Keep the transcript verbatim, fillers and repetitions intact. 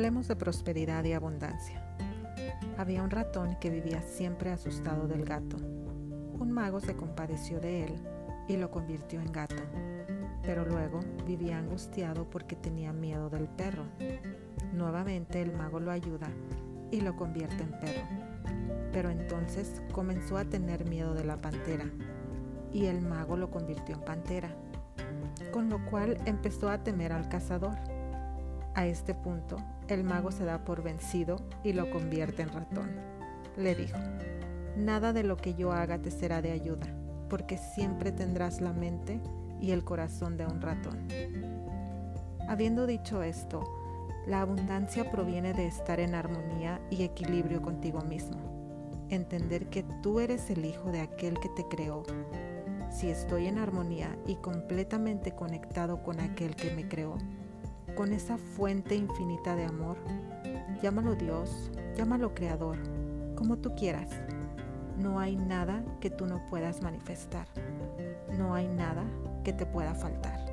Hablemos de prosperidad y abundancia. Había un ratón que vivía siempre asustado del gato. Un mago se compadeció de él y lo convirtió en gato, pero luego vivía angustiado porque tenía miedo del perro. Nuevamente el mago lo ayuda y lo convierte en perro, pero entonces comenzó a tener miedo de la pantera y el mago lo convirtió en pantera, con lo cual empezó a temer al cazador. A este punto, el mago se da por vencido y lo convierte en ratón. Le dijo: nada de lo que yo haga te será de ayuda, porque siempre tendrás la mente y el corazón de un ratón. Habiendo dicho esto, la abundancia proviene de estar en armonía y equilibrio contigo mismo. Entender que tú eres el hijo de aquel que te creó. Si estoy en armonía y completamente conectado con aquel que me creó, con esa fuente infinita de amor, llámalo Dios, llámalo Creador, como tú quieras. No hay nada que tú no puedas manifestar. No hay nada que te pueda faltar.